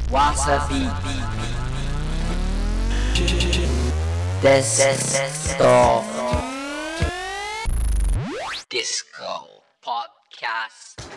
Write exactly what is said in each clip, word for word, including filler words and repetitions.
わさびデストディスコポッキャスト。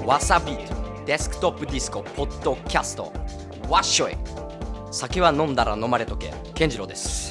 わさビートデスクトップディスコポッドキャストわっしょい。酒は飲んだら飲まれとけ、健次郎です。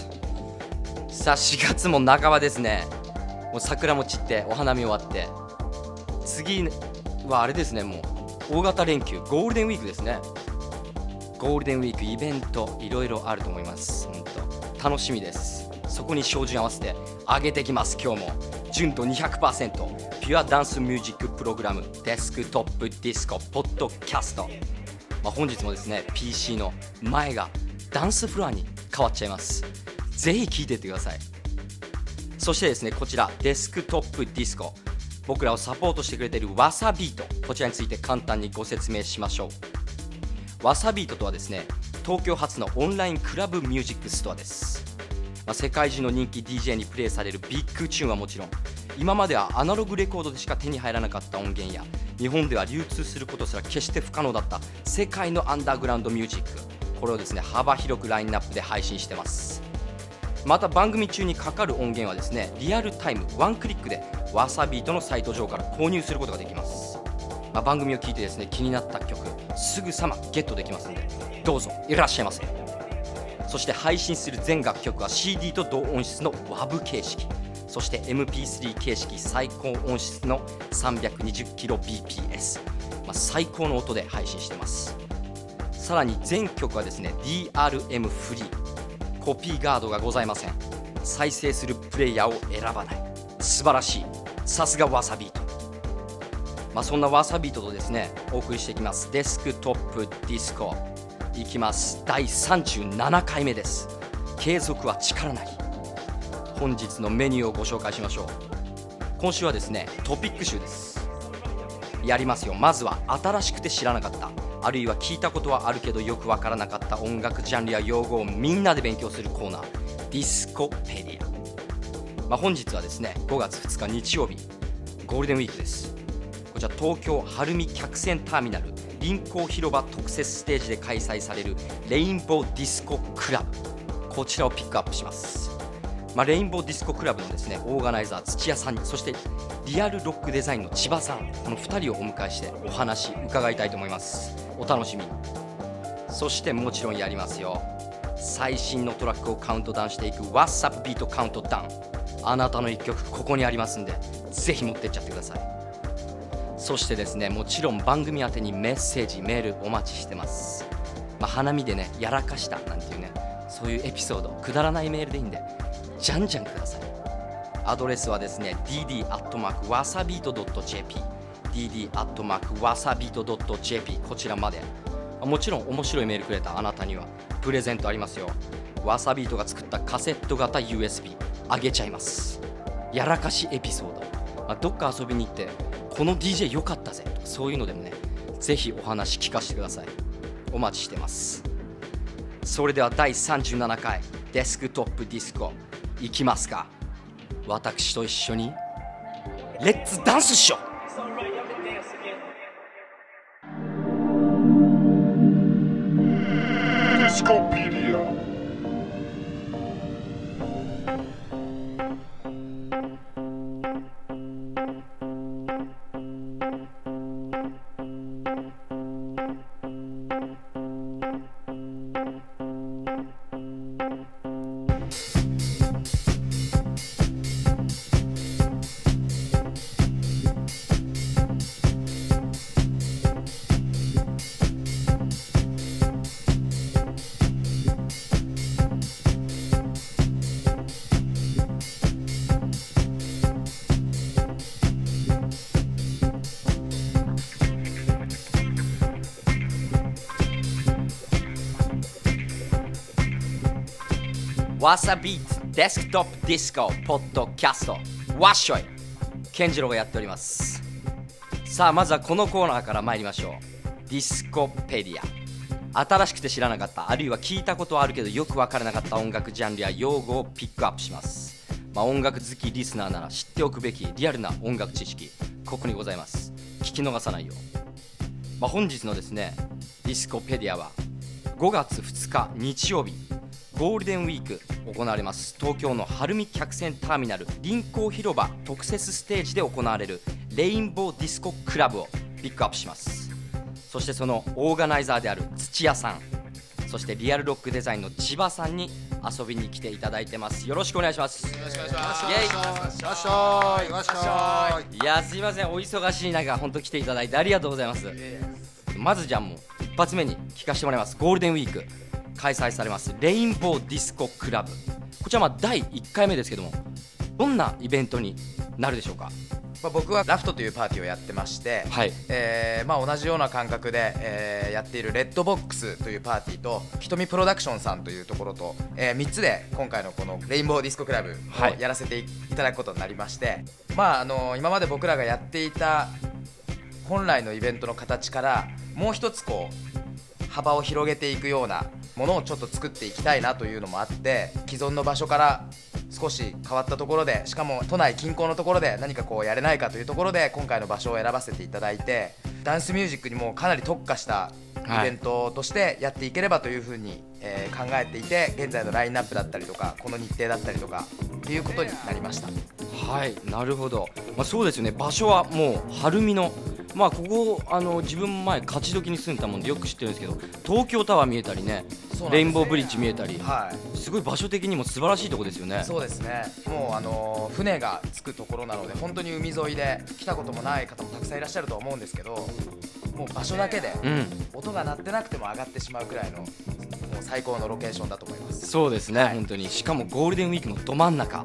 さあしがつも半ばですね。もう桜も散ってお花見終わって、次はあれですね、もう大型連休ゴールデンウィークですね。ゴールデンウィークイベントいろいろあると思います。本当楽しみです。そこに照準合わせて上げてきます。今日も純度 にひゃくパーセント ピュアダンスミュージックプログラムデスクトップディスコポッドキャスト、まあ、本日もですね ピーシー の前がダンスフロアに変わっちゃいます。ぜひ聴いていってください。そしてですね、こちらデスクトップディスコ、僕らをサポートしてくれているわさビート、こちらについて簡単にご説明しましょう。わさビートとはですね、東京初のオンラインクラブミュージックストアです。まあ、世界中の人気 ディージェー にプレイされるビッグチューンはもちろん、今まではアナログレコードでしか手に入らなかった音源や、日本では流通することすら決して不可能だった世界のアンダーグラウンドミュージック、これをですね幅広くラインナップで配信してます。また番組中にかかる音源はですね、リアルタイムワンクリックでわさビートのサイト上から購入することができます。まあ、番組を聞いてですね気になった曲すぐさまゲットできますので、どうぞいらっしゃいませ。そして配信する全楽曲は シーディー と同音質の ダブリューエー 形式、そして エムピースリー 形式最高音質の さんびゃくにじゅっキロビーピーエス、まあ、最高の音で配信してます。さらに全曲はですね ディーアールエム フリー、コピーガードがございません。再生するプレイヤーを選ばない、素晴らしい、さすがわさビート。まあ、そんなわさビートとですねお送りしていきますデスクトップディスコいきます。だいさんじゅうななかいめです。継続は力なり。本日のメニューをご紹介しましょう。今週はですねトピック集です。やりますよ。まずは新しくて知らなかった、あるいは聞いたことはあるけどよくわからなかった音楽ジャンルや用語をみんなで勉強するコーナー、ディスコペディア。まあ、本日はですねごがつふつか日曜日、ゴールデンウィークです。こちら東京晴海客船ターミナル臨港広場特設ステージで開催されるレインボーディスコクラブ、こちらをピックアップします。まあ、レインボーディスコクラブのですねオーガナイザー土屋さん、そしてリアルロックデザインの千葉さん、このふたりをお迎えしてお話伺いたいと思います。お楽しみに。そしてもちろんやりますよ、最新のトラックをカウントダウンしていく What's Up Beat カウントダウン。あなたの一曲ここにありますんで、ぜひ持ってっちゃってください。そしてですね、もちろん番組宛てにメッセージメールお待ちしてます。まあ、花見でねやらかしたなんていうね、そういうエピソードくだらないメールでいいんでじゃんじゃんください。アドレスはですね ディーディー アットマーク ワサビート ドット ジェーピー ディーディー アットマーク ワサビート ドット ジェーピー こちらまで。もちろん面白いメールくれたあなたにはプレゼントありますよ。わさビートが作ったカセット型 ユーエスビー あげちゃいます。やらかしエピソード、まあ、どっか遊びに行ってこの ディージェー 良かったぜとかそういうのでもね、ぜひお話聞かせてください。お待ちしてます。それではだいさんじゅうななかいデスクトップディスコいきますか。私と一緒にレッツダンスっしょ。ディスコペディア。わさビートデスクトップディスコポッドキャストわっしょい、健次郎がやっております。さあまずはこのコーナーから参りましょう。ディスコペディア。新しくて知らなかった、あるいは聞いたことはあるけどよくわからなかった音楽ジャンルや用語をピックアップします。まあ、音楽好きリスナーなら知っておくべきリアルな音楽知識、ここにございます。聞き逃さないよう。まあ、本日のですねディスコペディアはごがつふつか日曜日、ゴールデンウィーク行われます東京の晴海客船ターミナル臨港広場特設ステージで行われるレインボーディスコクラブをピックアップします。そしてそのオーガナイザーである土屋さん、そしてリアルロックデザインの千葉さんに遊びに来ていただいてます。よろしくお願いします。 よろしくお願いします。 イエイ。 わっしょいわっしょい。 いやすいません、お忙しい中本当来ていただいてありがとうございます。まずじゃあもう一発目に聞かせてもらいます。ゴールデンウィーク開催されますレインボーディスコクラブ、こちらまあだいいっかいめですけども、どんなイベントになるでしょうか。 まあ、僕はラフトというパーティーをやってまして、 はい、 えーまあ、同じような感覚で、えー、やっているレッドボックスというパーティーと瞳プロダクションさんというところと、えー、みっつで今回のこのレインボーディスコクラブをやらせていただくことになりまして、はい、まああのー、今まで僕らがやっていた本来のイベントの形からもう一つこう幅を広げていくようなものをちょっと作っていきたいなというのもあって、既存の場所から少し変わったところで、しかも都内近郊のところで何かこうやれないかというところで今回の場所を選ばせていただいて、ダンスミュージックにもかなり特化したイベントとしてやっていければというふうに、えー、考えていて、現在のラインナップだったりとかこの日程だったりとかっていうことになりました。 はい、なるほど、まあ、そうですよね。場所はもう晴海の、まあ、ここあの自分前勝どきに住んだもんでよく知ってるんですけど、東京タワー見えたりね、レインボーブリッジ見えたり、はい、すごい場所的にも素晴らしいところですよね。 そうですね、もうあのー、船が着くところなので本当に海沿いで来たこともない方もたくさんいらっしゃると思うんですけど、もう場所だけで、うん、音が鳴ってなくても上がってしまうくらいのもう最高のロケーションだと思います。 そうですね、はい、本当にしかもゴールデンウィークのど真ん中、はい、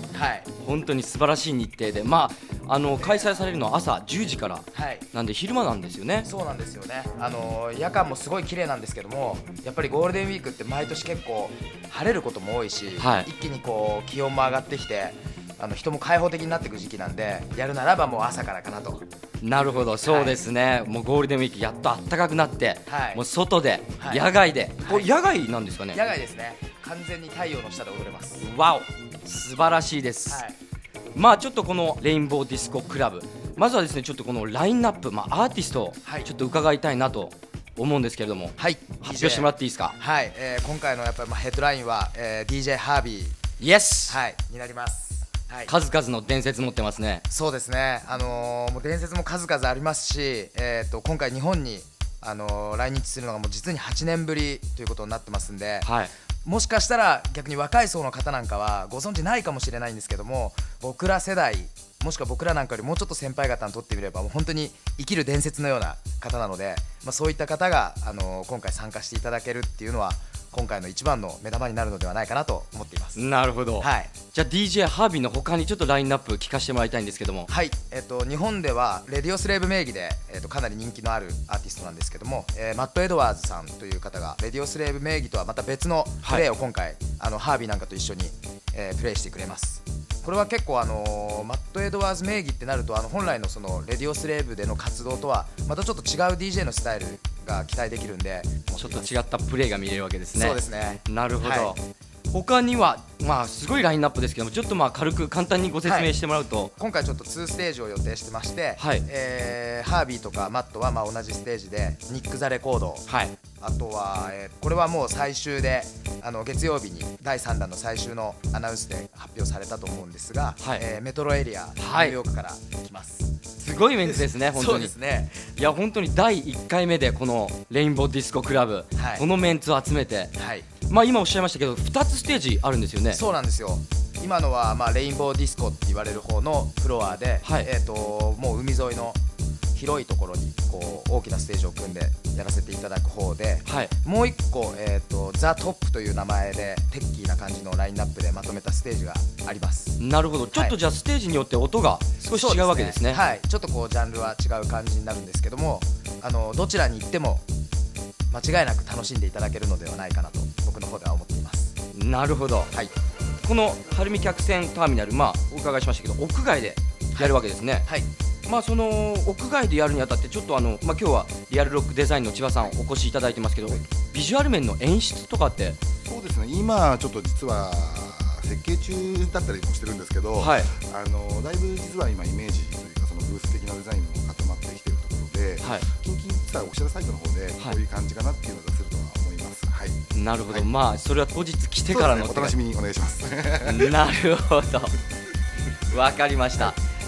本当に素晴らしい日程で、まあ、あの開催されるのは朝じゅうじから、はい、なんで昼間なんですよね。 そうなんですよね、あの夜間もすごい綺麗なんですけども、やっぱりゴールデンウィークって毎年結構晴れることも多いし、はい、一気にこう気温も上がってきて、あの人も開放的になっていく時期なんで、やるならばもう朝からかなと。 なるほど、そうですね、はい、もうゴールデンウィークやっと暖かくなって、はい、もう外で、はい、野外で、はい、野外なんですかね。 野外ですね、完全に太陽の下で踊れます。 わお、素晴らしいです、はい、まあちょっとこのレインボーディスコクラブ、まずはですねちょっとこのラインナップ、まあ、アーティストをちょっと伺いたいなと思うんですけれども、はい、発表してもらっていいですか。 はい、えー、今回のやっぱりまあヘッドラインは、えー、ディージェー ハービー、 イエス、 はい、になります。はい、 数々の伝説持ってますね。 そうですね、あのー、もう伝説も数々ありますし、えー、と今回日本に、あのー、来日するのがもう実にはちねんぶりということになってますんで、はい、もしかしたら逆に若い層の方なんかはご存知ないかもしれないんですけども、僕ら世代もしくは僕らなんかよりもうちょっと先輩方にとってみればもう本当に生きる伝説のような方なので、まあ、そういった方が、あのー、今回参加していただけるっていうのは今回の一番の目玉になるのではないかなと思っています。 なるほど、はい、じゃあ ディージェー ハービーの他にちょっとラインナップ聞かせてもらいたいんですけども。 はい、えー、と日本ではレディオスレーブ名義で、えー、とかなり人気のあるアーティストなんですけども、えー、マット・エドワーズさんという方がレディオスレーブ名義とはまた別のプレーを今回、はい、あのハービーなんかと一緒に、えー、プレイしてくれます。これは結構、あのー、マット・エドワーズ名義ってなるとあの本来のそのレディオスレーブでの活動とはまたちょっと違う ディージェー のスタイルが期待できるんで、 ちょっと違ったプレーが見れるわけですね。 そうですね、 なるほど、 はい、 他には、まあ、すごいラインナップですけども、ちょっとまあ軽く簡単にご説明してもらうと、はい、 今回ちょっとにステージを予定してまして、はい、えー、ハービーとかマットはまあ同じステージでニック・ザ・レコード、はい、あとは、えー、これはもう最終であの月曜日にだいさんだんの最終のアナウンスで発表されたと思うんですが、はい、えー、メトロエリア、はい、ニューヨークから来ます。 すごいメンツですね、本当に。 そうですね、 いや本当にだいいっかいめでこのレインボーディスコクラブ、はい、このメンツを集めて、はい、まあ、今おっしゃいましたけどふたつステージあるんですよね。 そうなんですよ。今のはまあレインボーディスコって言われる方のフロアで、はい、えー、ともう海沿いの広いところにこう大きなステージを組んでやらせていただく方で、はい、もう一個、えー、とザ・トップという名前でテッキーな感じのラインナップでまとめたステージがあります。 なるほど、ちょっとじゃあステージによって音が少し違うわけですね。 はい、ちょっとこうジャンルは違う感じになるんですけども、あのどちらに行っても間違いなく楽しんでいただけるのではないかなと僕の方では思っています。 なるほど、はい、この晴海客船ターミナル、まあお伺いしましたけど屋外でやるわけですね。はい、まあ、その屋外でやるにあたってちょっとあの、まあ、今日はリアルロックデザインの千葉さんお越しいただいてますけど、ビジュアル面の演出とかって。 そうですね、今ちょっと実は設計中だったりもしてるんですけど、はい、あのだいぶ実は今イメージというかそのブース的なデザインも固まってきてるところで、はい、キンキン実はオフィシャルサイトの方でこういう感じかなっていうのを出せるとは思います。はい、 なるほど、はい、まあそれは当日来てからの、 ね、お楽しみにお願いします。 なるほど、わかりました。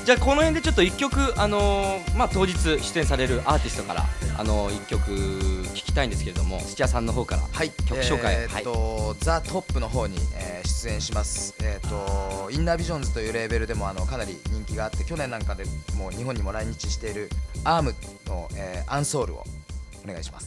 じゃあこの辺でちょっといっきょく、あのーまあ、当日出演されるアーティストから、あのー、いっきょく聞きたいんですけれども、土屋さんの方からはい、 曲紹介、 えーっと、はい、ザ・トップの方に、えー、出演します、えーっとインナービジョンズというレーベルでもあのかなり人気があって、去年なんかでもう日本にも来日しているアームの、えー、アンソールをお願いします。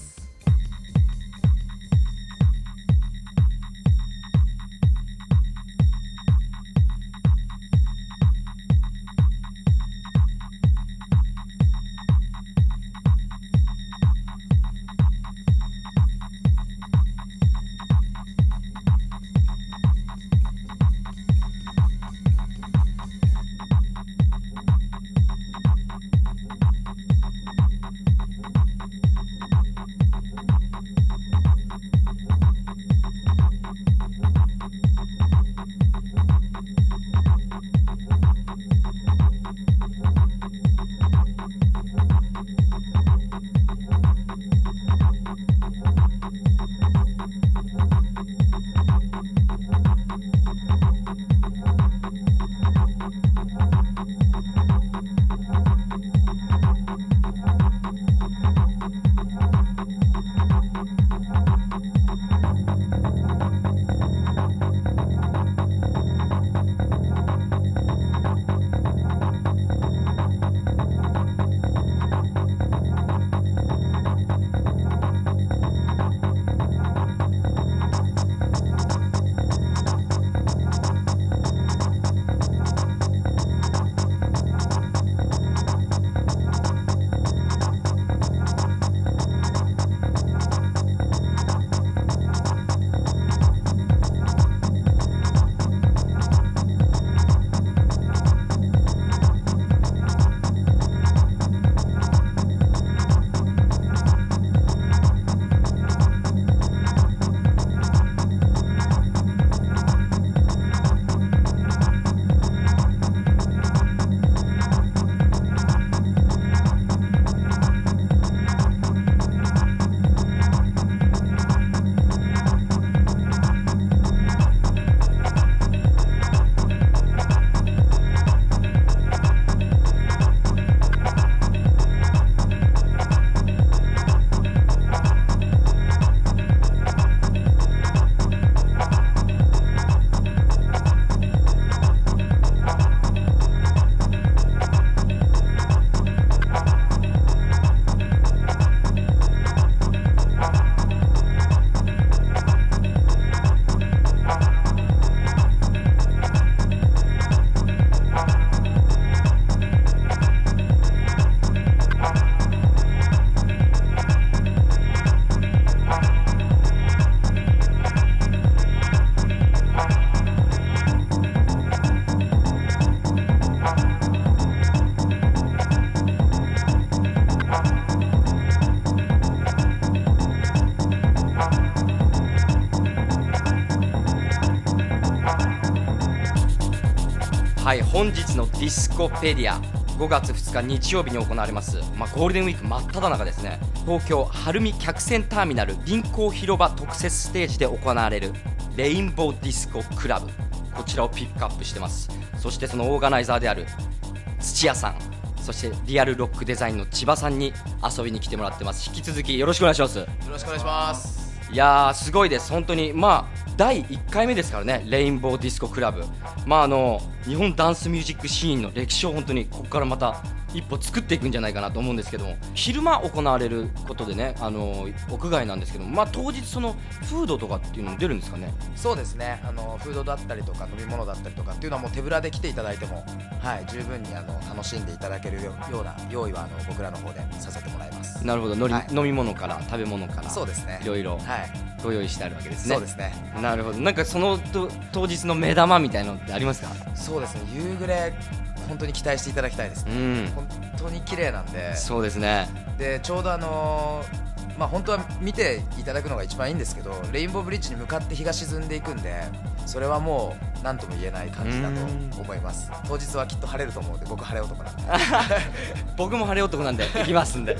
はい、本日のディスコペディアごがつふつか日曜日に行われます、まあ、ゴールデンウィーク真っ只中ですね。東京晴海客船ターミナル臨港広場特設ステージで行われるレインボーディスコクラブ、こちらをピックアップしてます。そしてそのオーガナイザーである土屋さん、そしてリアルロックデザインの千葉さんに遊びに来てもらってます。引き続きよろしくお願いします。よろしくお願いします。 いやーすごいです本当に。まあだいいっかいめですからね、レインボーディスコクラブ。まああの日本ダンスミュージックシーンの歴史を本当にここからまた一歩作っていくんじゃないかなと思うんですけども、昼間行われることでね、あの屋外なんですけども、まあ当日そのフードとかっていうのも出るんですかね。 そうですね、あのフードだったりとか飲み物だったりとかっていうのはもう手ぶらで来ていただいても、はい、十分にあの楽しんでいただけるような用意はあの僕らの方でさせてもらいます。 なるほど、のり、 はい、 飲み物から食べ物からそうですね、 いろいろご用意してあるわけですね。 そうですね。 なるほど。なんかそのと当日の目玉みたいなのってありますか。 そうですね、夕暮れ本当に期待していただきたいですね、うん、本当に綺麗なんで。 そうですね。 でちょうどあのーまあ、本当は見ていただくのが一番いいんですけど、レインボーブリッジに向かって日が沈んでいくんで、それはもう何とも言えない感じだと思います。当日はきっと晴れると思うので、僕晴れ男なんで僕も晴れ男なんで行きますんで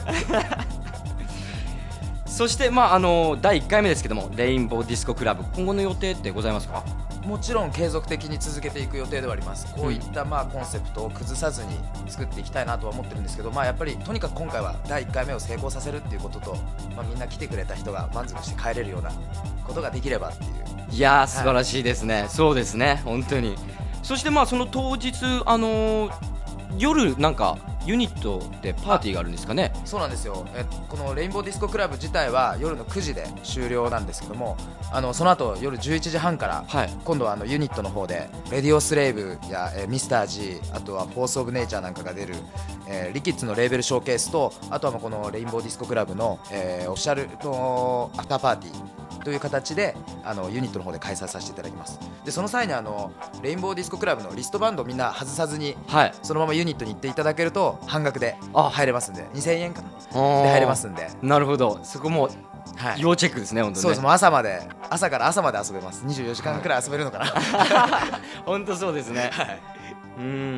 そして、まあ、あのだいいっかいめですけども、レインボーディスコクラブ、今後の予定ってございますか。 もちろん継続的に続けていく予定ではあります。こういったまあコンセプトを崩さずに作っていきたいなとは思ってるんですけど、まあやっぱりとにかく今回はだいいっかいめを成功させるっていうことと、まあ、みんな来てくれた人が満足して帰れるようなことができればっていう。 いやー素晴らしいですね、はい、そうですね本当に。そしてまあその当日あのー、夜なんかユニットでパーティーがあるんですかね。 そうなんですよ。えこのレインボーディスコクラブ自体は夜のくじで終了なんですけども、あのその後夜じゅういちじはんから、はい、今度はあのユニットの方でレディオスレイブや、えー、ミスター G、 あとはフォースオブネイチャーなんかが出る、えー、リキッズのレーベルショーケースと、あとはこのレインボーディスコクラブの、えー、オフィシャルのアフターパーティーという形であのユニットの方で開催させていただきます。でその際にあのレインボーディスコクラブのリストバンドをみんな外さずに、はい、そのままユニットに行っていただけると半額で入れますんで、にせんえんかなで入れますんで。 なるほど、そこも要チェックですね、はい、本当ね。 そうです、もう朝まで朝から朝まで遊べます。にじゅうよじかんくらい遊べるのかな本当そうですね、はい、うん、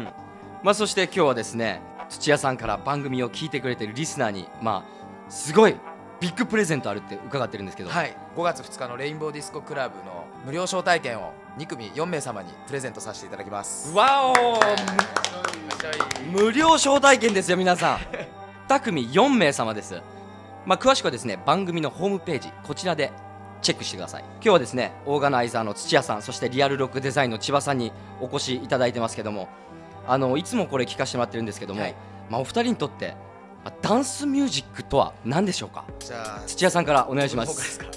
まあ、そして今日はですね土屋さんから番組を聞いてくれているリスナーにまあすごいビッグプレゼントあるって伺ってるんですけど、 はい、ごがつふつかのレインボーディスコクラブの無料招待券をにくみよんめいさまにプレゼントさせていただきます。 わお無料招待券ですよ皆さんにくみよんめいさまです。まあ、詳しくはですね番組のホームページこちらでチェックしてください。今日はですねオーガナイザーの土屋さん、そしてリアルロックデザインの千葉さんにお越しいただいてますけども、あのいつもこれ聞かせてもらってるんですけども、はい、まあ、お二人にとってダンスミュージックとは何でしょうか。じゃあ土屋さんからお願いします。 僕ですか。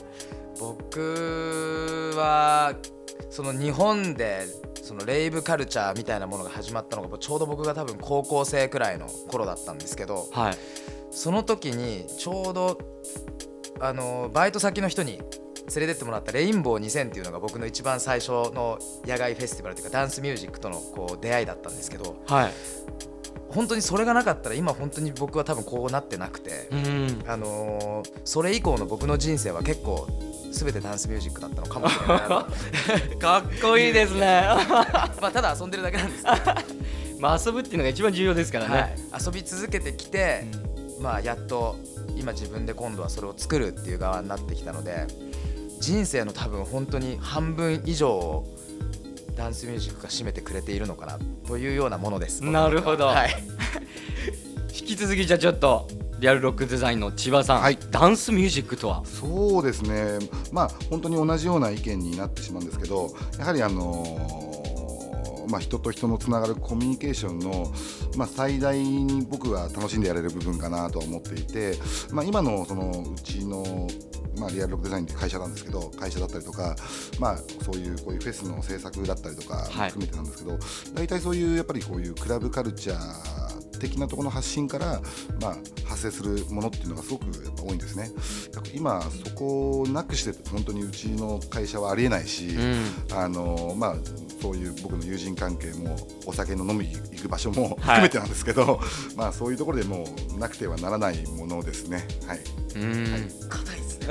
僕はその日本でそのレイブカルチャーみたいなものが始まったのがちょうど僕が多分高校生くらいの頃だったんですけど、はい、その時にちょうどあのバイト先の人に連れてってもらったレインボーにせんっていうのが僕の一番最初の野外フェスティバルというかダンスミュージックとのこう出会いだったんですけど、はい、本当にそれがなかったら今本当に僕は多分こうなってなくて、うん、あのー、それ以降の僕の人生は結構全てダンスミュージックだったのかもしれないなかっこいいですねまあただ遊んでるだけなんですけどまあ遊ぶっていうのが一番重要ですからね、はい、 遊び続けてきて、うん、まあやっと今自分で今度はそれを作るっていう側になってきたので、人生の多分本当に半分以上をダンスミュージックが占めてくれているのかなというようなものです。 なるほど、はい、引き続きじゃあちょっとリアルロックデザインの千葉さん、はい、ダンスミュージックとは。 そうですね、まあ本当に同じような意見になってしまうんですけど、やはりあのーまあ、人と人のつながるコミュニケーションの、まあ、最大に僕は楽しんでやれる部分かなとは思っていて、まあ、今のそのうちのまあ、リアルロックデザインって会社なんですけど、会社だったりとか、まあ、そういうこういうフェスの制作だったりとか含めてなんですけど、はい、大体そういうやっぱりこういうクラブカルチャー的なところの発信から、まあ、発生するものっていうのがすごくやっぱ多いんですね。今そこをなくして本当にうちの会社はありえないし、うん、あのまあ、そういう僕の友人関係もお酒の飲み行く場所も含めてなんですけど、はい、まあそういうところでもうなくてはならないものですね。はい。うん、はい、 硬いですね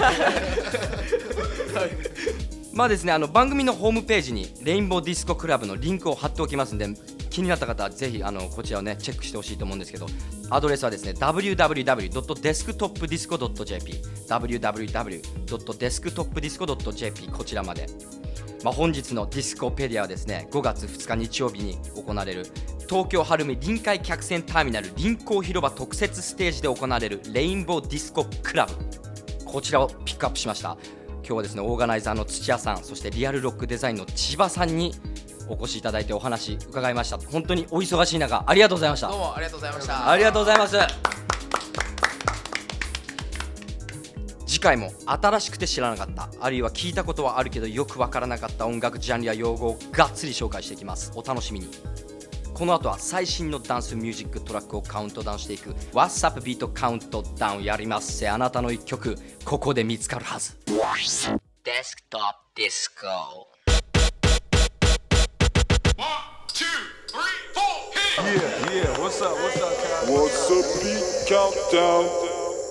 まあですね、あの番組のホームページにレインボーディスコクラブのリンクを貼っておきますので、気になった方はぜひあのこちらをねチェックしてほしいと思うんですけど、アドレスはですね ダブリューダブリューダブリュードットデスクトップディスコドットジェーピー ダブリューダブリューダブリュードットデスクトップディスコドットジェーピー こちらまで。まあ、本日のディスコペディアはですねごがつふつか日曜日に行われる東京晴海臨海客船ターミナル臨港広場特設ステージで行われるレインボーディスコクラブ、こちらをピックアップしました。今日はですねオーガナイザーの土屋さん、そしてリアルロックデザインの千葉さんにお越しいただいてお話伺いました。本当にお忙しい中ありがとうございました。 どうもありがとうございました。 ありがとうございます。次回も新しくて知らなかった、あるいは聞いたことはあるけどよくわからなかった音楽ジャンルや用語をがっつり紹介していきます。お楽しみに。この後は最新のダンスミュージックトラックをカウントダウンしていく What's Up ビートカウントダウンやります。あなたの一曲ここで見つかるはず。 デスクトップディスコ。 Yeah, yeah, what's up, what's up, What's up, beat countdown?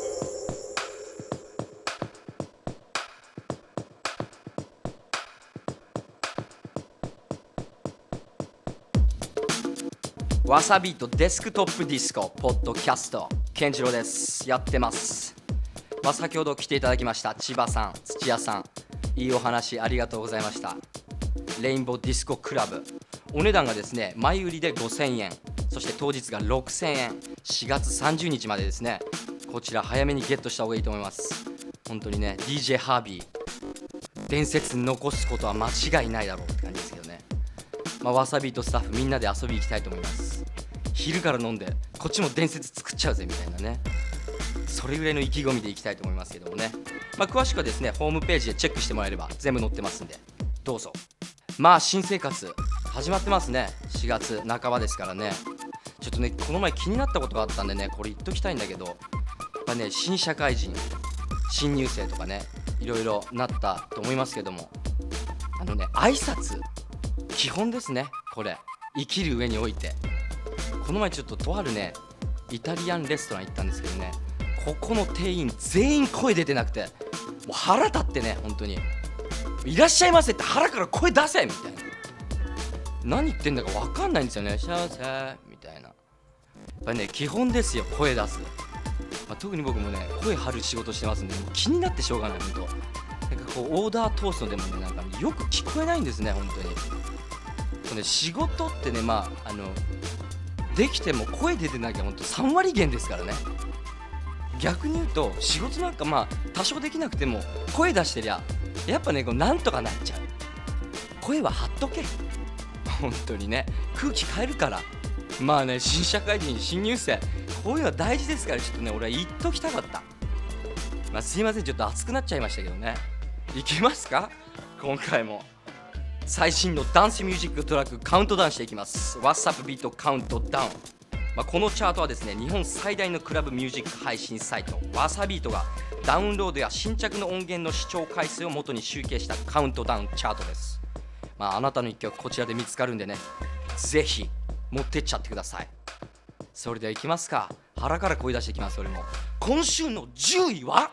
わさビートデスクトップディスコポッドキャスト、健次郎です。やってます。まあ、先ほど来ていただきました千葉さん、土屋さん、いいお話ありがとうございました。 レインボーディスコクラブ、お値段がですね前売りでごせんえん、そして当日がろくせんえん、しがつさんじゅうにちまでですね。こちら早めにゲットした方がいいと思います。本当にね ディージェー ハービー伝説に残すことは間違いないだろうって感じですけどね。まあ、わさびとスタッフみんなで遊び行きたいと思います。昼から飲んでこっちも伝説作っちゃうぜみたいなね、それぐらいの意気込みでいきたいと思いますけどもね。まあ、詳しくはですねホームページでチェックしてもらえれば全部載ってますんでどうぞ。まあ新生活始まってますね。しがつなかばですからね。ちょっとねこの前気になったことがあったんでねこれ言っときたいんだけど、やっぱね新社会人新入生とかねいろいろなったと思いますけども、あのね挨拶基本ですね。これ生きる上において、この前ちょっととあるねイタリアンレストラン行ったんですけどね、ここの店員全員声出てなくて、もう腹立ってね、本当にいらっしゃいませって腹から声出せみたいな、何言ってんだか分かんないんですよね。シャーシャーみたいな、やっぱりね基本ですよ声出す。まあ、特に僕もね声張る仕事してますんで気になってしょうがない。本当なんかこうオーダー通すのでもねなんかよく聞こえないんですね本当に。これ、ね、仕事ってねまああのできても声出てなきゃ本当さんわりげんですからね。逆に言うと仕事なんかまあ多少できなくても声出してりゃやっぱねこうなんとかなっちゃう。声は張っとけ本当にね、空気変えるから。まあね新社会人新入生こういうのは大事ですから、ちょっとね俺は言っときたかった。まあすいませんちょっと熱くなっちゃいましたけどね。いきますか。今回も最新のダンスミュージックトラックカウントダウンしていきます。 WhatsApp ビートカウントダウン。まあ、このチャートはですね日本最大のクラブミュージック配信サイトわさビートがダウンロードや新着の音源の視聴回数を元に集計したカウントダウンチャートです。まあ、あなたの一曲こちらで見つかるんでね、ぜひ持ってっちゃってください。それではいきますか。腹から声出していきます。それも今週のじゅういは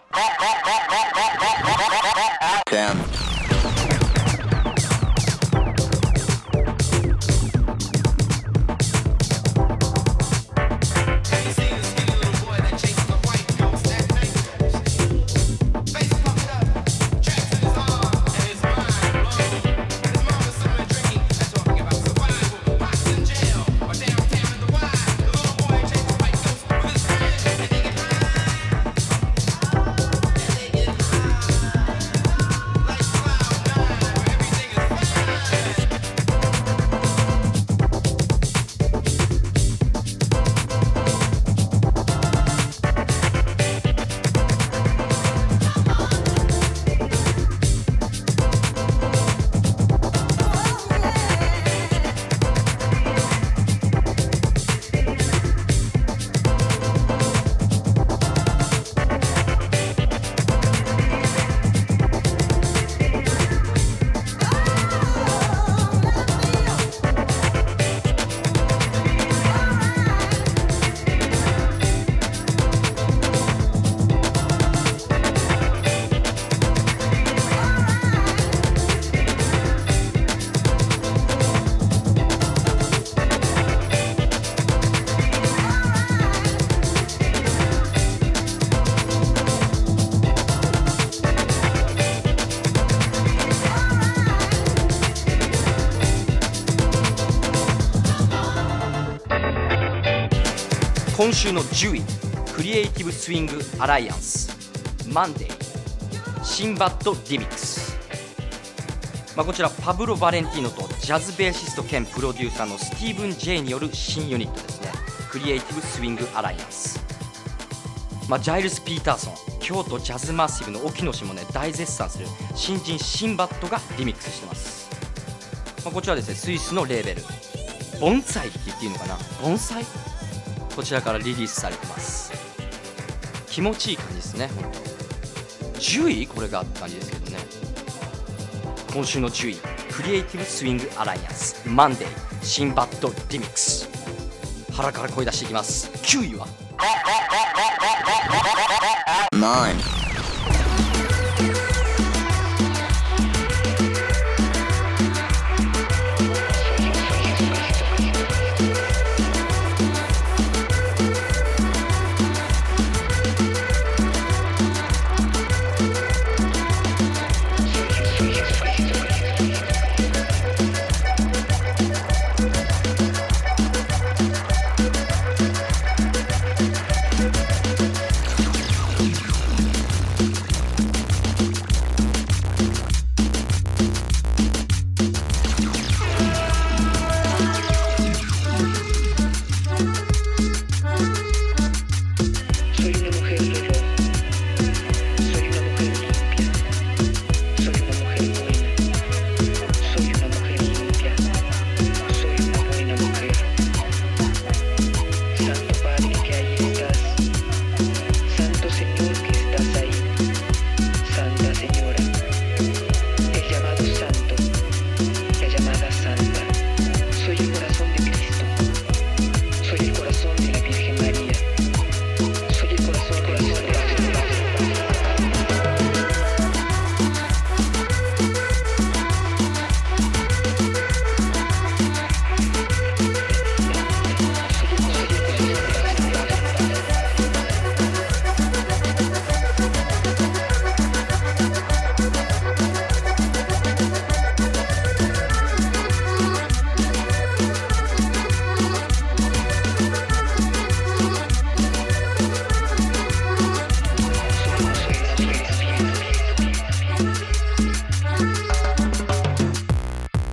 今週のじゅうい、クリエイティブスイングアライアンスマンデーシンバッドリミックス。まあ、こちらパブロ・バレンティーノとジャズベーシスト兼プロデューサーのスティーブン・ジェイによる新ユニットですね。クリエイティブスイングアライアンス、まあ、ジャイルス・ピーターソン、京都ジャズマッシブの沖野氏もね大絶賛する新人シンバッドがリミックスしてます。まあ、こちらですねスイスのレーベルボンサイって言っていいのかな、ボンサイ、こちらからリリースされてます。気持ちいい感じですね。本当じゅういこれがって感じですけどね。今週のじゅうい、クリエイティブスイングアライアンスマンデーシンバッドリミックス。腹から声出していきます。きゅういはナイン。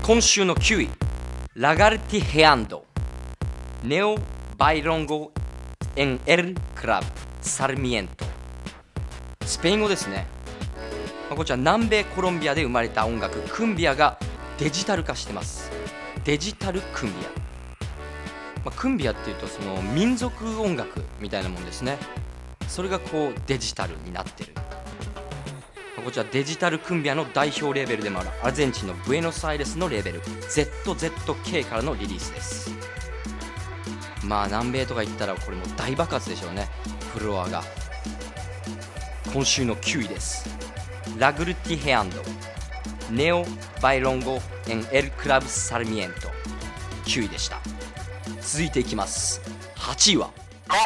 今週のきゅうい、ラガルティヘアンドネオバイロンゴエンエルクラブサルミエント。スペイン語ですね。こちら南米コロンビアで生まれた音楽クンビアがデジタル化してます。デジタルクンビア、まあ、クンビアっていうとその民族音楽みたいなもんですね。それがこうデジタルになってる。こちらデジタルクンビアの代表レーベルでもあるアルゼンチンのブエノスアイレスのレーベル ゼットゼットケー からのリリースです。まあ南米とか行ったらこれも大爆発でしょうね、フロアが。今週のきゅういです。ラグルティヘアンドネオバイロンゴエンエルクラブサルミエント、きゅういでした。続いていきます。はちいは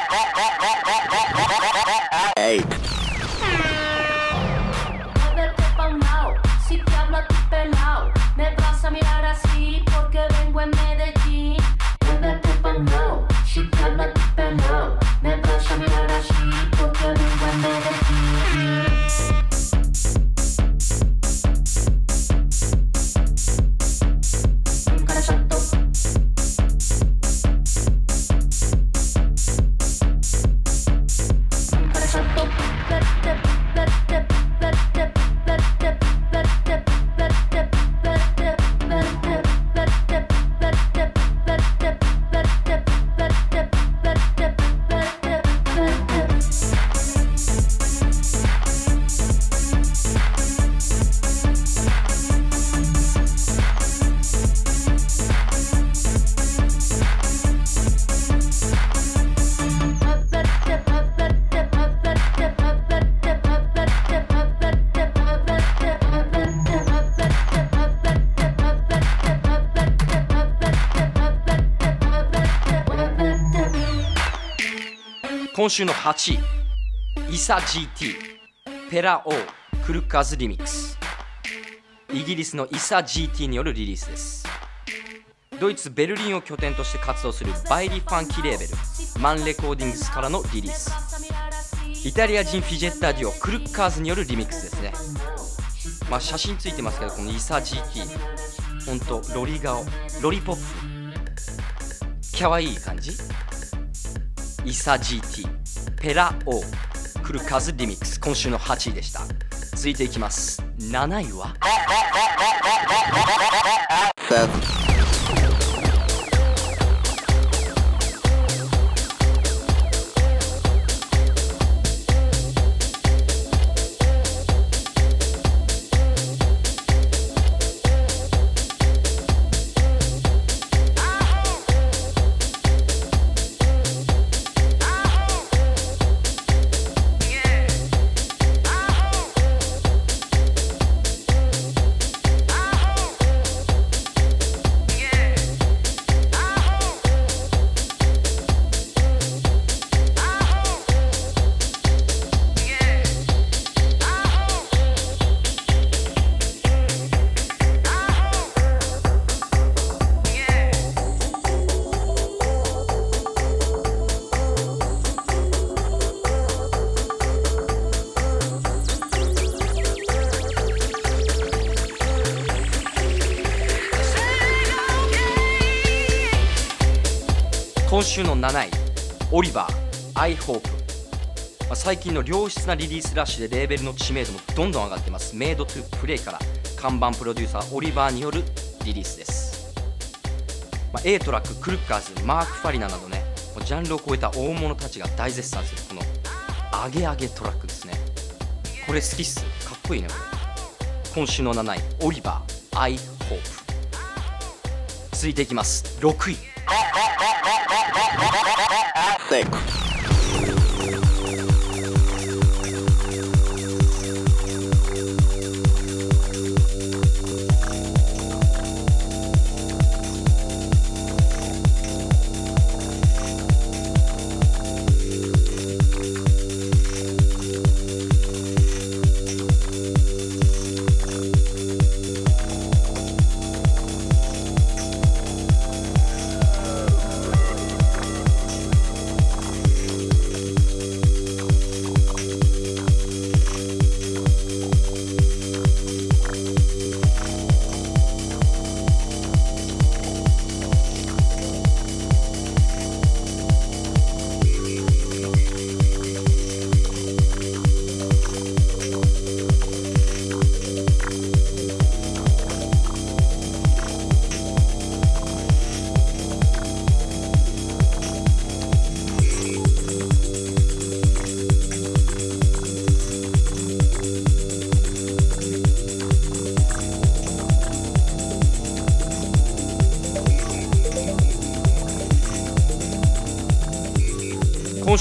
今週のはちい、イサ ジーティー ペラオクルカズリミックス。イギリスのイサ ジーティー によるリリースです。ドイツベルリンを拠点として活動するバイリファンキレーベルマンレコーディングスからのリリース。イタリア人フィジェッターデュオクルッカーズによるリミックスですね。まあ写真ついてますけど、このイサ ジーティー ほんとロリ顔、ロリポップ、キャワイイ感じ。イサ ジーティー ペラオクルカズリミックス、今週のはちいでした。続いていきます。なないは今週のなない、オリバー I Hope。まあ、最近の良質なリリースラッシュでレーベルの知名度もどんどん上がってます。メイドトゥプレイから看板プロデューサーオリバーによるリリースです。まあ、A トラック、クルッカーズ、マーク・ファリナなどね、ジャンルを超えた大物たちが大絶賛するこのアゲアゲトラックですね。これ好きっす。かっこいいねこれ。今週のなない、オリバー I Hope。 続いていきます。ろくい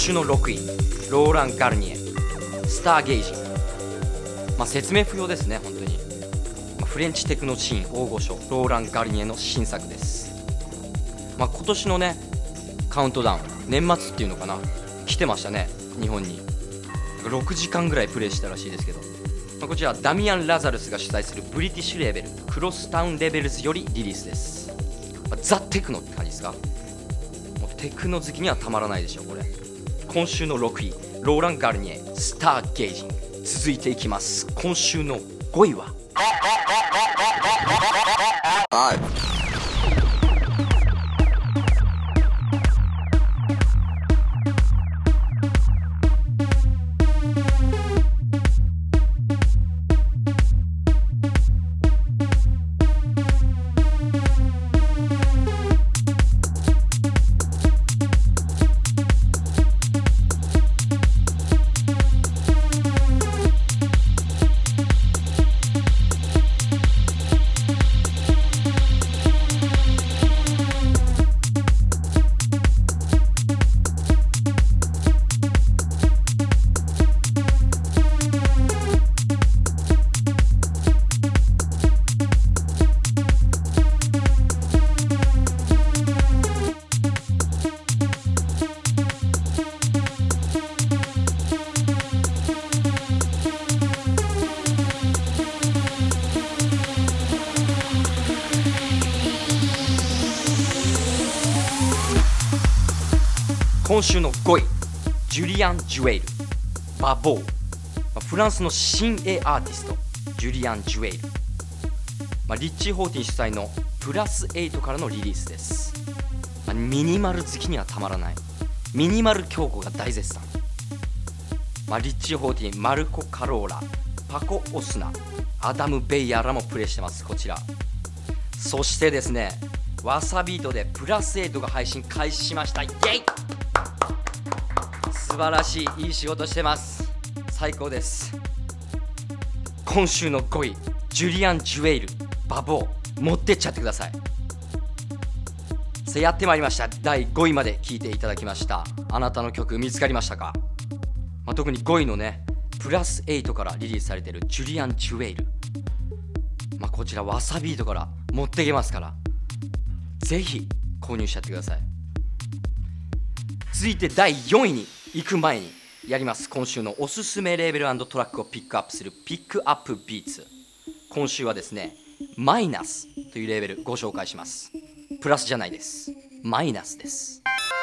週のろくい、ローラン・ガルニエ、スターゲージ。まあ、説明不要ですね本当に。まあ、フレンチテクノシーン大御所ローラン・ガルニエの新作です。まあ、今年のねカウントダウン、年末っていうのかな、来てましたね日本に。ろくじかんぐらいプレイしたらしいですけど、まあ、こちらダミアン・ラザルスが主催するブリティッシュレーベルクロスタウンレベルズよりリリースです。まあ、ザ・テクノって感じですか。もうテクノ好きにはたまらないでしょこれ。今週のろくい、ローラン・ガルニエ、スターゲージ。続いていきます。今週のごいは今週のごい、ジュリアン・ジュエイル、バボー。まあ、フランスの新鋭アーティストジュリアン・ジュエイル。まあ、リッチー・ホーティン主催のプラスエイトからのリリースです。まあ、ミニマル好きにはたまらないミニマル強固が大絶賛。まあ、リッチー・ホーティン、マルコ・カローラ、パコ・オスナ、アダム・ベイヤーらもプレイしてます。こちら。そしてですね、ワサビートでプラスエイトが配信開始しました。イエイ、素晴らしい、いい仕事してます。最高です。今週のごい、ジュリアン・ジュエイル、バボー。持ってっちゃってください。さあやってまいりました。だいごいまで聴いていただきました。あなたの曲見つかりましたか。まあ、特にごいのねプラスエイトからリリースされているジュリアン・ジュエイル、まあ、こちらワサビートから持っていけますから、ぜひ購入しちゃってください。続いてだいよんいに行く前にやります。今週のおすすめレーベル&トラックをピックアップするピックアップビーツ。今週はですね、マイナスというレーベルご紹介します。プラスじゃないです、マイナスです。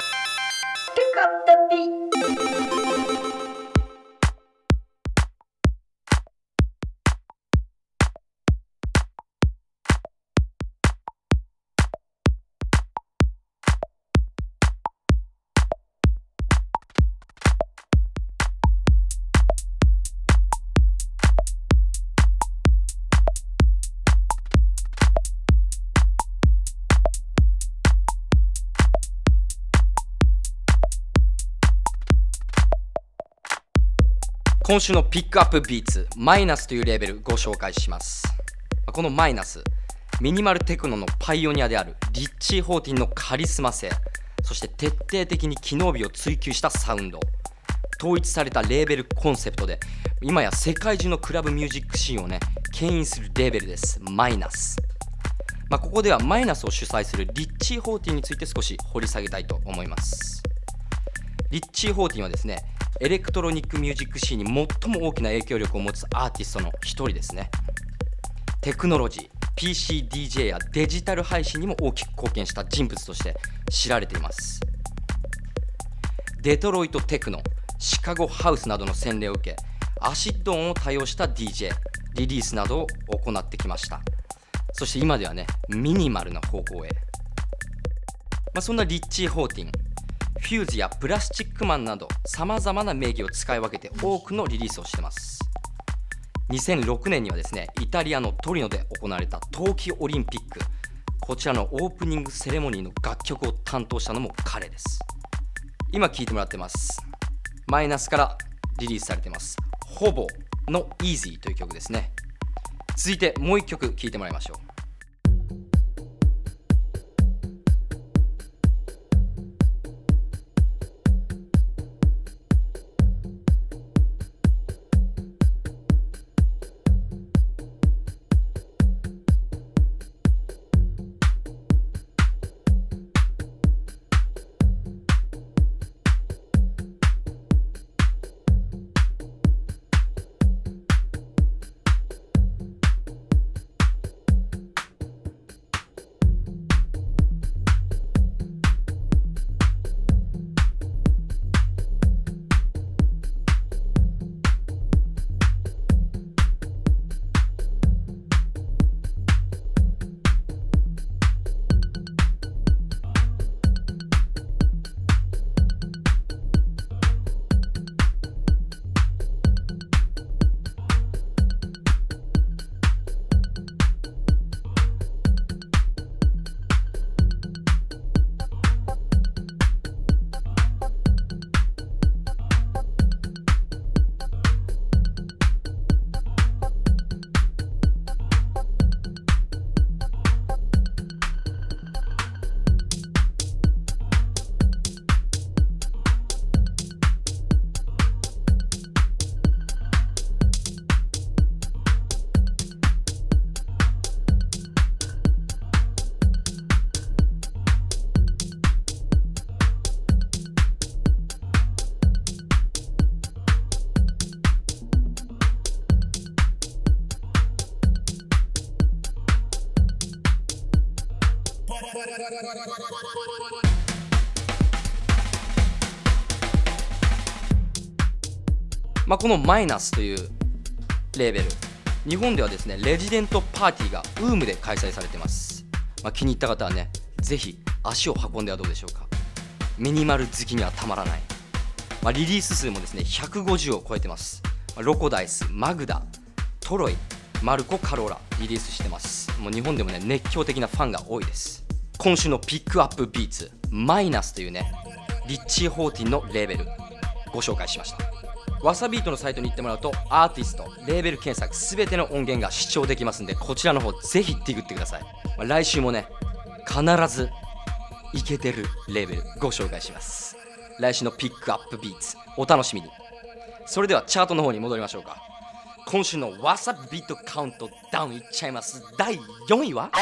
今週のピックアップビーツ、マイナスというレーベルご紹介します。このマイナス、ミニマルテクノのパイオニアであるリッチー・ホーティンのカリスマ性、そして徹底的に機能美を追求したサウンド、統一されたレーベルコンセプトで今や世界中のクラブミュージックシーンをね牽引するレーベルです。マイナス、まあ、ここではマイナスを主催するリッチー・ホーティンについて少し掘り下げたいと思います。リッチー・ホーティンはですね、エレクトロニックミュージックシーンに最も大きな影響力を持つアーティストの一人ですね。テクノロジー、ピーシーディージェー やデジタル配信にも大きく貢献した人物として知られています。デトロイトテクノ、シカゴハウスなどの洗礼を受け、アシッド音を多用した ディージェー、リリースなどを行ってきました。そして今ではね、ミニマルな方向へ。まあ、そんなリッチー・ホーティン、フューズやプラスチックマンなどさまざまな名義を使い分けて多くのリリースをしています。にせんろくねんにはですね、イタリアのトリノで行われた冬季オリンピック、こちらのオープニングセレモニーの楽曲を担当したのも彼です。今聴いてもらってます。マイナスからリリースされていますほぼの Easy という曲ですね。続いてもう一曲聴いてもらいましょう。 まあ、このマイナスというレーベル、日本ではですねレジデントパーティーがウームで開催されています。まあ、気に入った方はねぜひ足を運んではどうでしょうか。ミニマル好きにはたまらない、まあ、リリース数もですねひゃくごじゅうを超えてます。まあ、ロコダイス、マグダ、トロイ、マルコ・カローラリリースしてます。もう日本でもね熱狂的なファンが多いです。今週のピックアップビーツ、マイナスというねリッチー・ホーティンのレーベルご紹介しました。わさビートのサイトに行ってもらうとアーティスト、レーベル検索すべての音源が視聴できますんで、こちらの方ぜひディグってください。まあ、来週もね必ずイケてるレーベルご紹介します。来週のピックアップビーツお楽しみに。それではチャートの方に戻りましょうか。今週のわさビートカウントダウンいっちゃいます。だいよんいは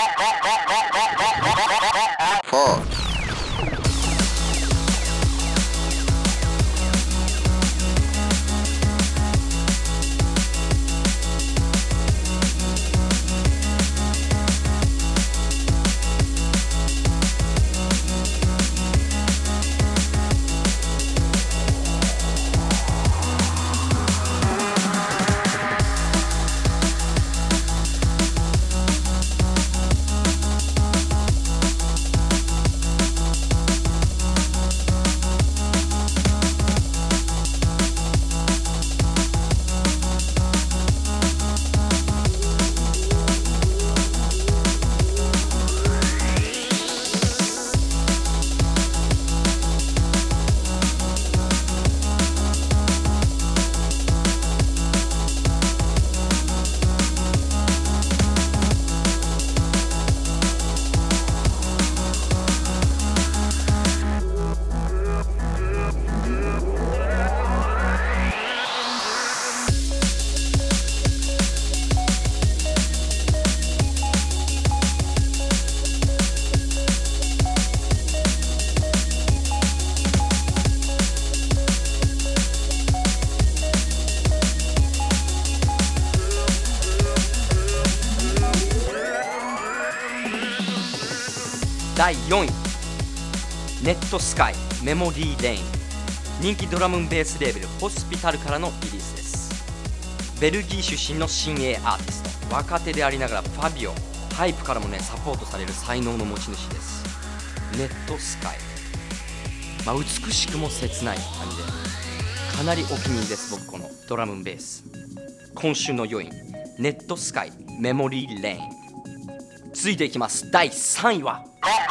だいよんい、ネットスカイメモリーレイン、人気ドラムンベースレーベルホスピタルからのリリースです。ベルギー出身の新鋭アーティスト、若手でありながらファビオ、ハイプからもねサポートされる才能の持ち主です。ネットスカイ、まあ、美しくも切ない感じでかなりお気に入りです。僕このドラムンベース。今週のよんい、ネットスカイメモリーレイン。続いていきます。だいさんいは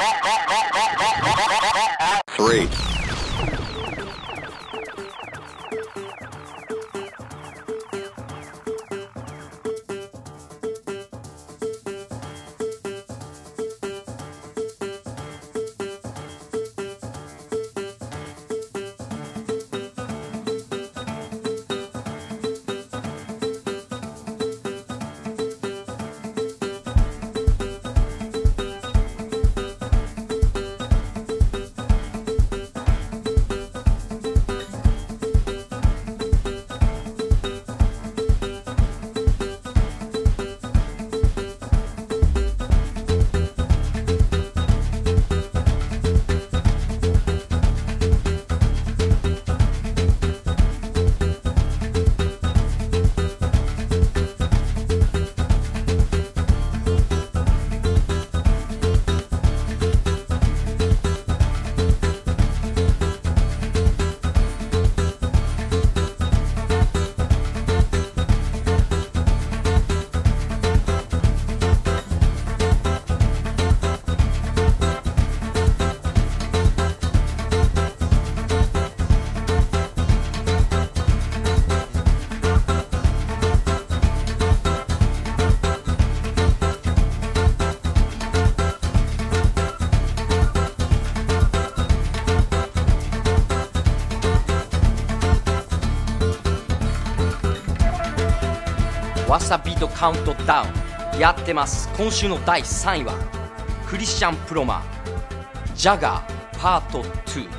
わさビートカウントダウンやってます。今週のだいさんいはクリスチャン・プロマー、ジャガーパートに、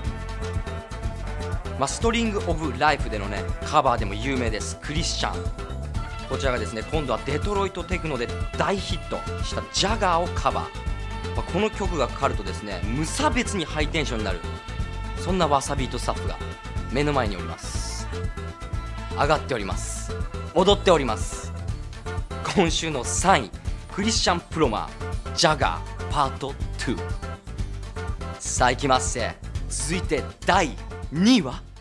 まあ、ストリング・オブ・ライフでのねカバーでも有名です。クリスチャン、こちらがですね今度はデトロイトテクノで大ヒットしたジャガーをカバー。 まあ、この曲がかかるとですね、無差別にハイテンションになる、そんなわさビートスタッフが目の前におります。上がっております。踊っております。今週のさんい、クリスチャン・プロマー、ジャガーパートに。さあ行きますせ。続いてだいにいは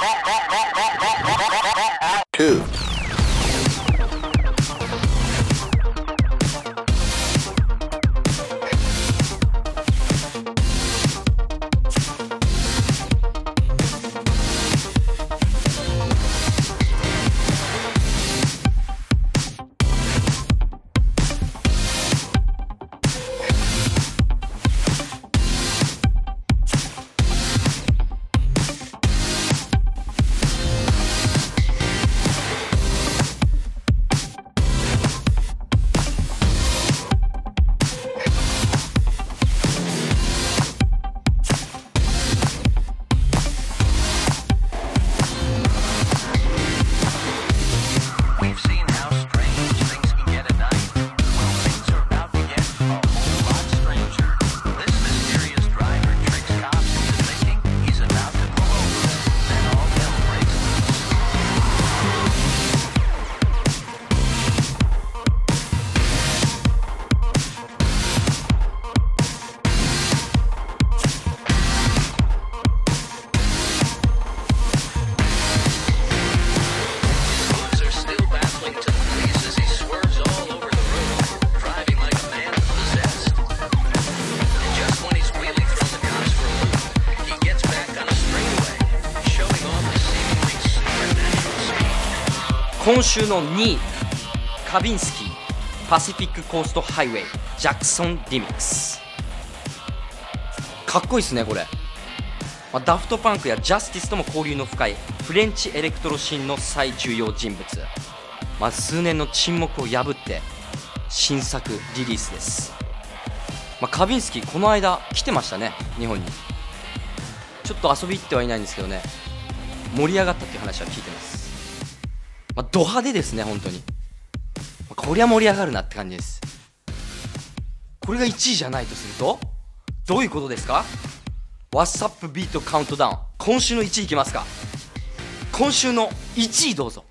今週のにい、カビンスキー、パシフィックコーストハイウェイ、ジャクソンリミックス。かっこいいっすねこれ、まあ、ダフトパンクやジャスティスとも交流の深いフレンチエレクトロシーンの最重要人物、まあ、数年の沈黙を破って新作リリースです。まあ、カビンスキーこの間来てましたね日本に。ちょっと遊び行ってはいないんですけどね、盛り上がったっていう話は聞いてます。まあ、ド派手ですね本当に。こりゃ盛り上がるなって感じです。これがいちいじゃないとするとどういうことですか。 What's Up ビートカウントダウン、今週のいちいいきますか。今週のいちいどうぞ。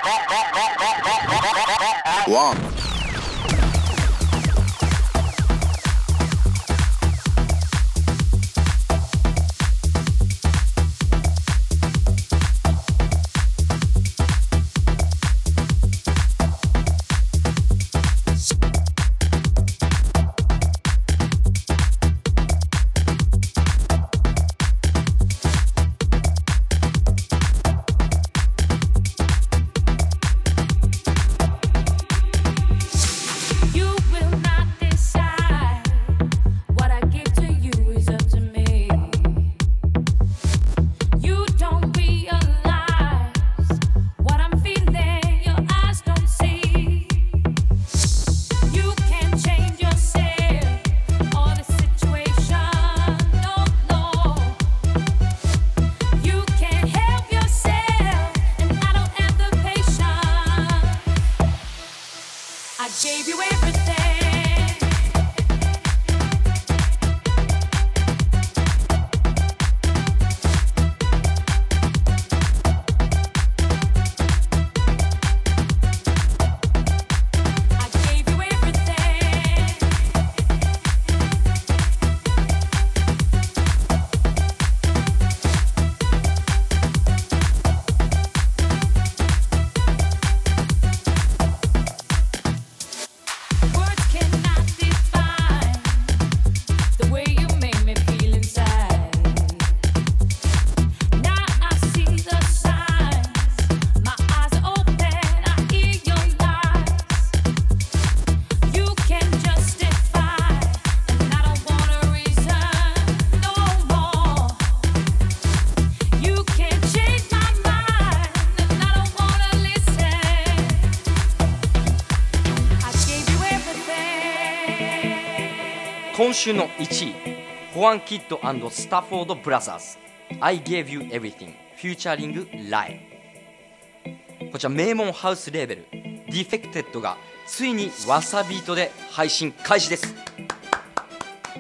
今週のいちい、ホアンキッド&スタフォードブラザーズ I Gave You Everything フューチャリング Lie。 こちら名門ハウスレーベル Defected がついにわさビートで配信開始です。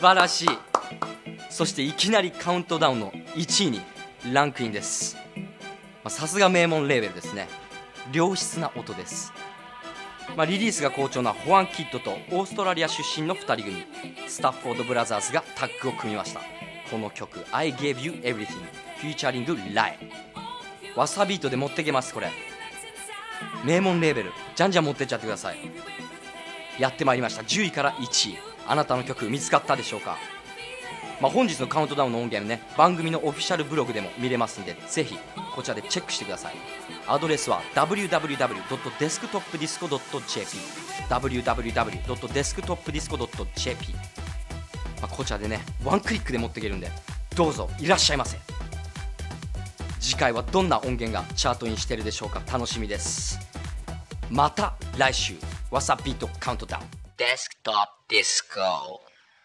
晴らしい。そしていきなりカウントダウンのいちいにランクインです。さすが名門レーベルですね。良質な音です。まあ、リリースが好調なホアン・キッドとオーストラリア出身のふたり組スタッフォードブラザーズがタッグを組みました。この曲 I Gave You Everything フューチャリングライわさビートで持ってけます。これ名門レーベルじゃんじゃん持ってっちゃってください。やってまいりました。じゅういからいちい、あなたの曲見つかったでしょうか。まあ、本日のカウントダウンの音源ね、番組のオフィシャルブログでも見れますんで、ぜひこちらでチェックしてください。アドレスは ダブリューダブリューダブリュードットデスクトップディスコドットジェーピー ダブリューダブリューダブリュードットデスクトップディスコドットジェーピー、まあ、こちらでねワンクリックで持っていけるんで、どうぞいらっしゃいませ。次回はどんな音源がチャートインしてるでしょうか。楽しみです。また来週わさビートカウントダウンデスクトップディスコ。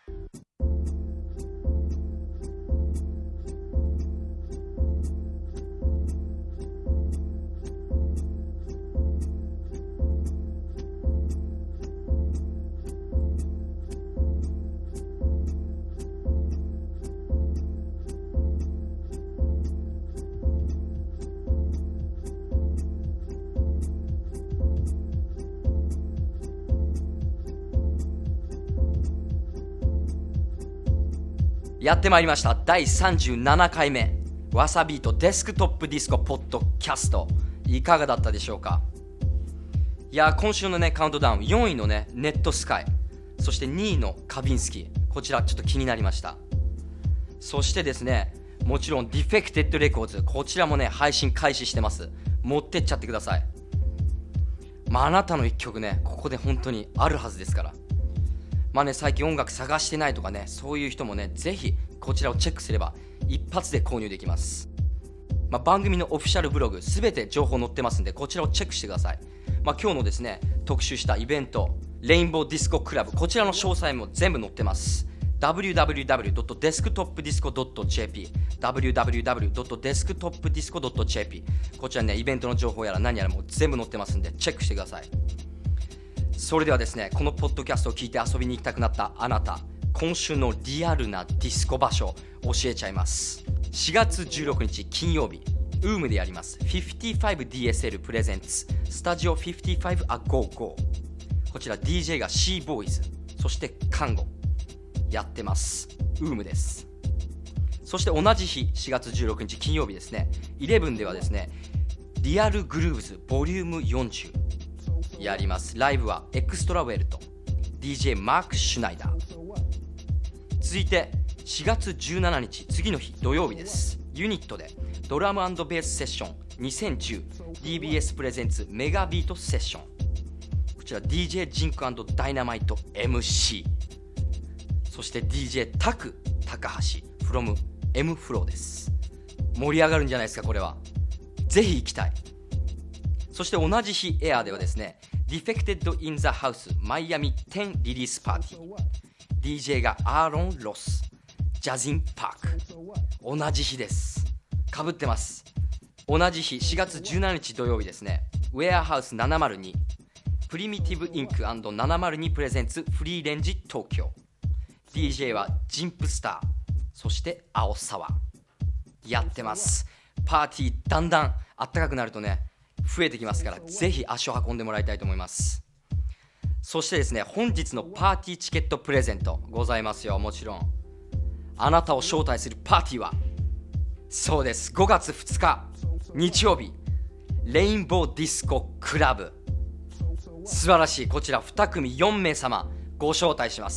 やってまいりました。だいさんじゅうななかいめわさビートデスクトップディスコポッドキャスト、いかがだったでしょうか。いや今週のねカウントダウン、よんいのねネットスカイ、そしてにいのカビンスキー、こちらちょっと気になりました。そしてですね、もちろんディフェクテッドレコーズ、こちらもね配信開始してます。持ってっちゃってください。まああなたの一曲ねここで本当にあるはずですから。まあね、最近音楽探してないとかね、そういう人もねぜひこちらをチェックすれば一発で購入できます。まあ、番組のオフィシャルブログすべて情報載ってますんで、こちらをチェックしてください。まあ、今日のですね特集したイベントレインボーディスコクラブ、こちらの詳細も全部載ってます。 ダブリューダブリューダブリュードットデスクトップディスコドットジェーピー ダブリューダブリューダブリュードットデスクトップディスコドットジェーピー、 こちらねイベントの情報やら何やらもう全部載ってますんでチェックしてください。それではですね、このポッドキャストを聞いて遊びに行きたくなったあなた、今週のリアルなディスコ場所教えちゃいます。しがつじゅうろくにち金曜日、ウームでやります フィフティーファイブディーエスエル プレゼンツスタジオフィフティーファイブ アゴーゴー。こちら ディージェー がシーボーイズ、そして看護やってます。ウームです。そして同じ日しがつじゅうろくにち金曜日ですね、イレブンではですねリアルグルーブズボリュームよんじゅうやります。ライブはエクストラウェルと ディージェー マーク・シュナイダー。続いてしがつじゅうしちにち次の日土曜日です。ユニットでドラム&ベースセッションにせんじゅう ディービーエス プレゼンツメガビートセッション、こちら ディージェー ジンク&ダイナマイト エムシー、 そして ディージェー タク高橋 from M フローです。盛り上がるんじゃないですか。これはぜひ行きたい。そして同じ日エアーではですね Defected in the House マイアミテンリリースパーティー、 ディージェー がアーロン・ロスジャズインパーク、同じ日です。かぶってます。同じ日しがつじゅうしちにち土曜日ですね、ウェアハウスななまるにプリミティブインク ななまるにプレゼンツフリーレンジ東京、 ディージェー はジンプスター、そして青沢やってます。パーティーだんだんあったかくなるとね増えてきますから、ぜひ足を運んでもらいたいと思います。そしてですね、本日のパーティーチケットプレゼントございますよ。もちろんあなたを招待するパーティーはそうです、ごがつふつか日曜日レインボーディスコクラブ、素晴らしい。こちらにくみよんめいさまご招待します。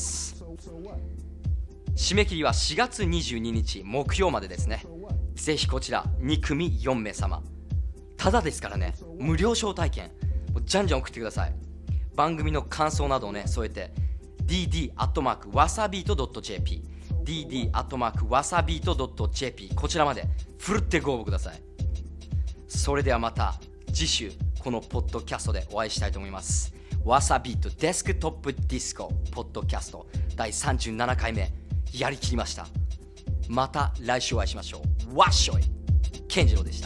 締め切りはしがつにじゅうににち木曜までですね。ぜひこちらにくみよんめいさまただですからね、無料招待券じゃんじゃん送ってください。番組の感想などをね添えて ディーディー アットマーク ワサビート ドット ジェーピー ディーディー アットマーク ワサビート ドット ジェーピー こちらまでふるってご応募ください。それではまた次週このポッドキャストでお会いしたいと思います。わさビートデスクトップディスコポッドキャストだいさんじゅうななかいめやりきりました。また来週お会いしましょう。わっしょい、健次郎でした。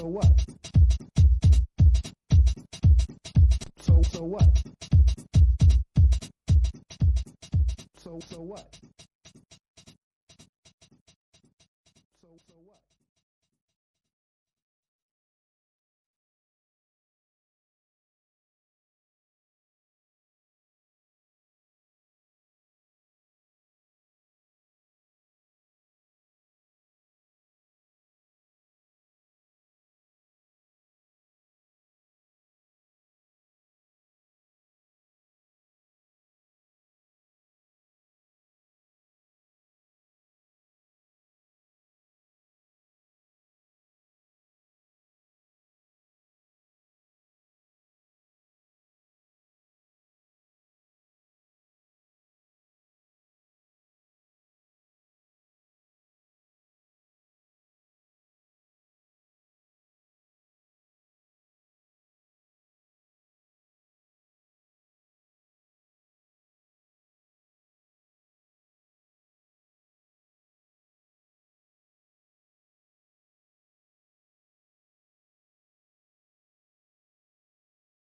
what? So so what? So so what?